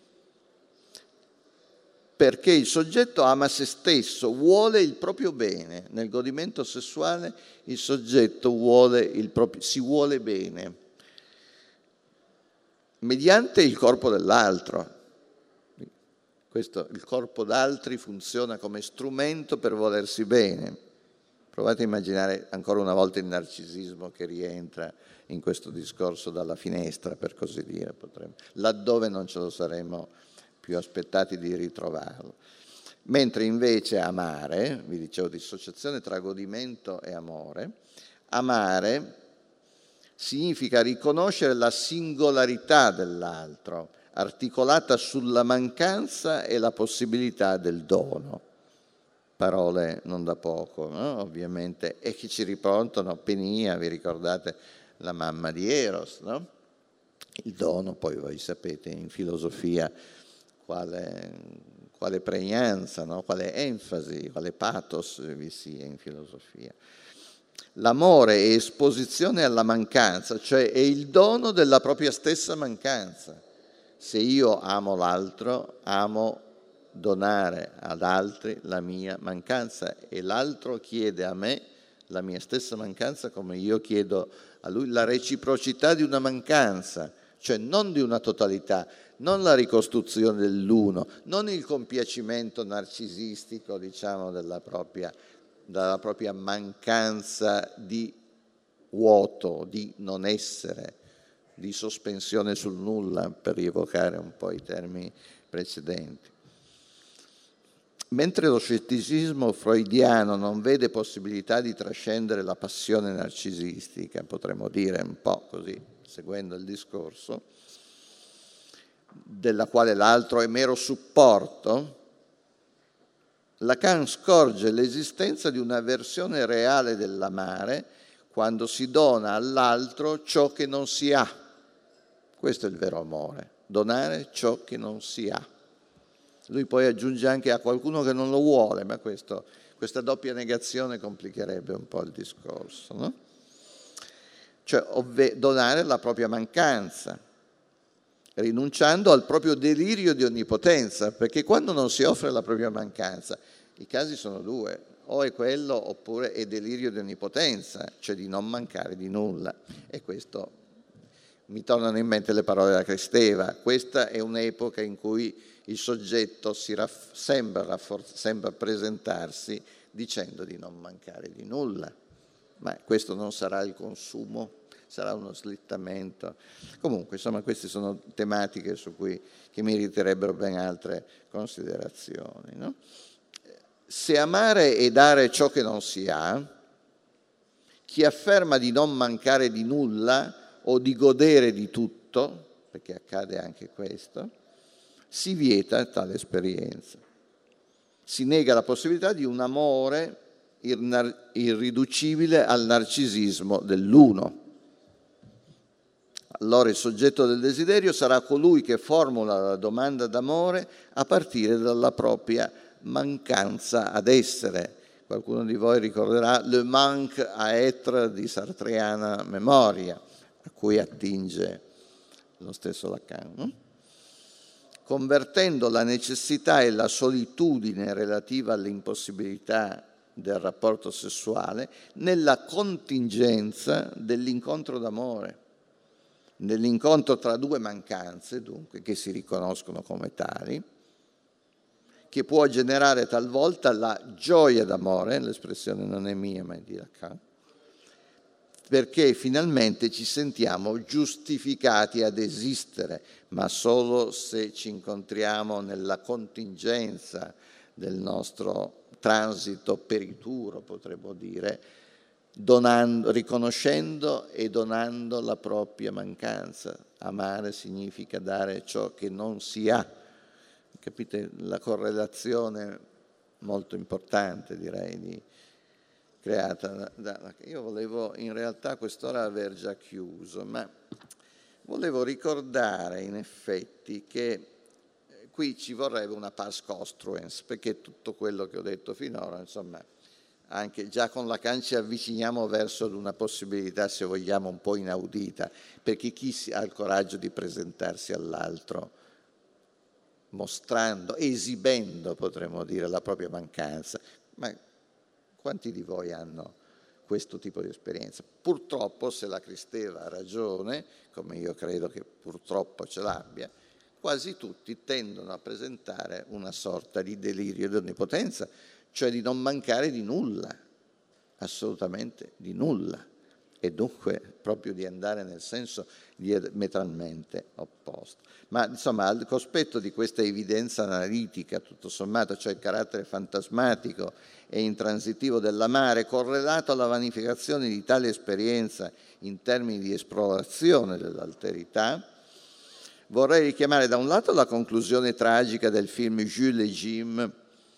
perché il soggetto ama se stesso, vuole il proprio bene. Nel godimento sessuale il soggetto si vuole bene, mediante il corpo dell'altro. Il corpo d'altri funziona come strumento per volersi bene. Provate a immaginare ancora una volta il narcisismo che rientra in questo discorso dalla finestra, per così dire, laddove non ce lo saremmo più aspettati di ritrovarlo. Mentre invece amare, vi dicevo, dissociazione tra godimento e amare significa riconoscere la singolarità dell'altro, articolata sulla mancanza e la possibilità del dono. Parole non da poco, no? Ovviamente, e che ci riportano Penia, vi ricordate la mamma di Eros, no? Il dono, poi voi sapete in filosofia quale pregnanza, no? Quale enfasi, quale pathos vi sia in filosofia. L'amore è esposizione alla mancanza, cioè è il dono della propria stessa mancanza. Se io amo l'altro, amo donare ad altri la mia mancanza e l'altro chiede a me la mia stessa mancanza come io chiedo a lui la reciprocità di una mancanza, cioè non di una totalità, non la ricostruzione dell'uno, non il compiacimento narcisistico, diciamo, della propria mancanza di vuoto, di non essere, di sospensione sul nulla, per rievocare un po' i termini precedenti. Mentre lo scetticismo freudiano non vede possibilità di trascendere la passione narcisistica, potremmo dire un po' così, seguendo il discorso, della quale l'altro è mero supporto, Lacan scorge l'esistenza di una versione reale dell'amare quando si dona all'altro ciò che non si ha. Questo è il vero amore, donare ciò che non si ha. Lui poi aggiunge anche a qualcuno che non lo vuole, ma questa doppia negazione complicherebbe un po' il discorso, no? Cioè donare la propria mancanza, rinunciando al proprio delirio di onnipotenza, perché quando non si offre la propria mancanza, i casi sono due, o è quello oppure è delirio di onnipotenza, cioè di non mancare di nulla. E questo mi tornano in mente le parole della Kristeva. Questa è un'epoca in cui il soggetto sembra presentarsi dicendo di non mancare di nulla, ma questo non sarà il consumo, sarà uno slittamento. Comunque, insomma, queste sono tematiche su cui che meriterebbero ben altre considerazioni, no? Se amare è dare ciò che non si ha, chi afferma di non mancare di nulla o di godere di tutto, perché accade anche questo, si vieta tale esperienza. Si nega la possibilità di un amore irriducibile al narcisismo dell'uno. Allora il soggetto del desiderio sarà colui che formula la domanda d'amore a partire dalla propria mancanza ad essere. Qualcuno di voi ricorderà Le manque à être di sartreana memoria, a cui attinge lo stesso Lacan, no? Convertendo la necessità e la solitudine relativa all'impossibilità del rapporto sessuale nella contingenza dell'incontro d'amore, nell'incontro tra due mancanze, dunque, che si riconoscono come tali, che può generare talvolta la gioia d'amore, l'espressione non è mia ma è di Lacan, perché finalmente ci sentiamo giustificati ad esistere, ma solo se ci incontriamo nella contingenza del nostro transito perituro, potremmo dire, riconoscendo e donando la propria mancanza. Amare significa dare ciò che non si ha. Capite la correlazione molto importante, direi, creata Io volevo in realtà a quest'ora aver già chiuso, ma volevo ricordare in effetti che qui ci vorrebbe una pars construens, perché tutto quello che ho detto finora, insomma, anche già con Lacan ci avviciniamo verso ad una possibilità, se vogliamo, un po' inaudita, perché chi ha il coraggio di presentarsi all'altro mostrando, esibendo, potremmo dire, la propria mancanza. Ma quanti di voi hanno questo tipo di esperienza? Purtroppo, se la Kristeva ha ragione, come io credo che purtroppo ce l'abbia, quasi tutti tendono a presentare una sorta di delirio di onnipotenza, cioè di non mancare di nulla, assolutamente di nulla, e dunque proprio di andare nel senso diametralmente opposto. Ma insomma, al cospetto di questa evidenza analitica, tutto sommato, cioè il carattere fantasmatico e intransitivo dell'amare, correlato alla vanificazione di tale esperienza in termini di esplorazione dell'alterità, vorrei richiamare da un lato la conclusione tragica del film Jules et Jim,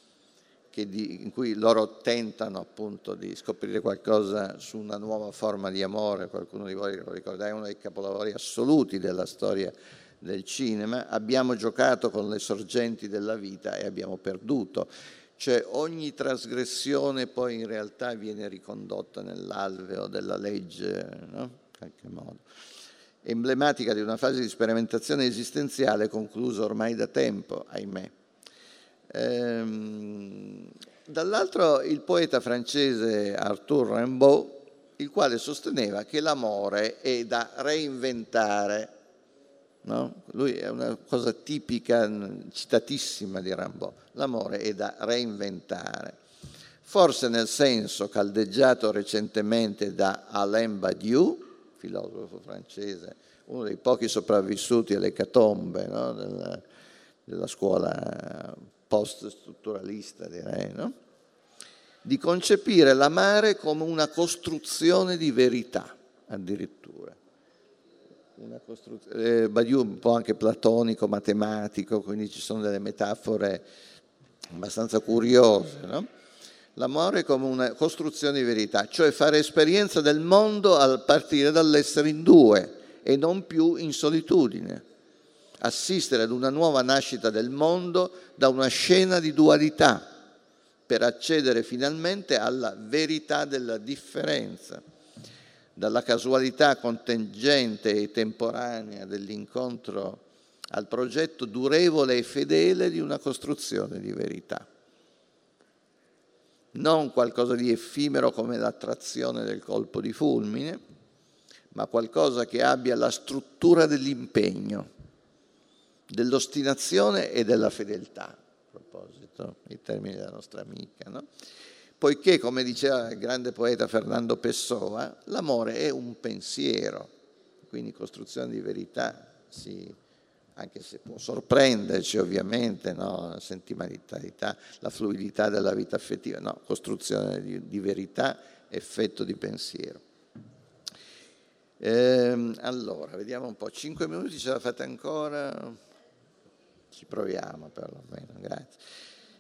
in cui loro tentano appunto di scoprire qualcosa su una nuova forma di amore. Qualcuno di voi lo ricorda, è uno dei capolavori assoluti della storia del cinema. Abbiamo giocato con le sorgenti della vita e abbiamo perduto. Cioè ogni trasgressione poi in realtà viene ricondotta nell'alveo della legge, no? In qualche modo. Emblematica di una fase di sperimentazione esistenziale conclusa ormai da tempo, ahimè. Dall'altro il poeta francese Arthur Rimbaud, il quale sosteneva che l'amore è da reinventare, no? Lui è una cosa tipica, citatissima di Rimbaud, l'amore è da reinventare, forse nel senso caldeggiato recentemente da Alain Badiou, filosofo francese, uno dei pochi sopravvissuti alle ecatombe, no? della scuola post-strutturalista, direi, no? Di concepire l'amare come una costruzione di verità, addirittura. Badiou un po' anche platonico, matematico, quindi ci sono delle metafore abbastanza curiose, no? L'amore come una costruzione di verità, cioè fare esperienza del mondo a partire dall'essere in due e non più in solitudine. Assistere ad una nuova nascita del mondo da una scena di dualità per accedere finalmente alla verità della differenza, dalla casualità contingente e temporanea dell'incontro al progetto durevole e fedele di una costruzione di verità. Non qualcosa di effimero come l'attrazione del colpo di fulmine, ma qualcosa che abbia la struttura dell'impegno, dell'ostinazione e della fedeltà, a proposito, i termini della nostra amica, no? poiché, come diceva il grande poeta Fernando Pessoa, l'amore è un pensiero, quindi costruzione di verità, sì, anche se può sorprenderci ovviamente, no? La sentimentalità, la fluidità della vita affettiva, no, costruzione di verità, effetto di pensiero. Allora, vediamo un po', 5 minuti ce la fate ancora? Ci proviamo perlomeno, grazie.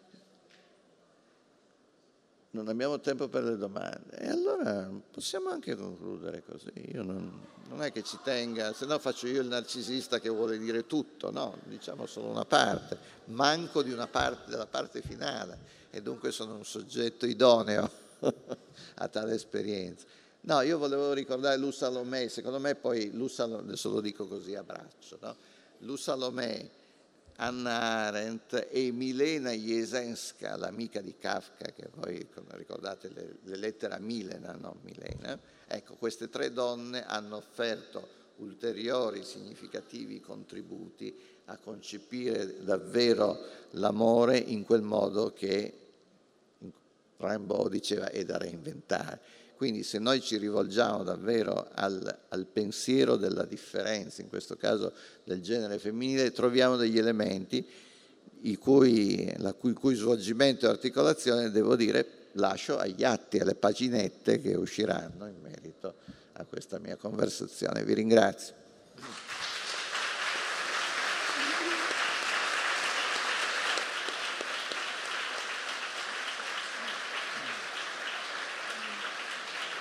Non abbiamo tempo per le domande. E allora possiamo anche concludere così. Io non è che ci tenga, se no faccio io il narcisista che vuole dire tutto, no, diciamo solo una parte. Manco di una parte, della parte finale e dunque sono un soggetto idoneo a tale esperienza. No, io volevo ricordare Lou Salomé, secondo me poi Lou Salomé, adesso lo dico così a braccio, no? Lou Salomé, Hannah Arendt e Milena Jesenska, l'amica di Kafka, che poi ricordate le lettere a Milena, no Milena. Ecco, queste 3 donne hanno offerto ulteriori significativi contributi a concepire davvero l'amore in quel modo che Rimbaud diceva è da reinventare. Quindi se noi ci rivolgiamo davvero al pensiero della differenza, in questo caso del genere femminile, troviamo degli elementi il cui svolgimento e articolazione, devo dire, lascio agli atti, alle paginette che usciranno in merito a questa mia conversazione. Vi ringrazio.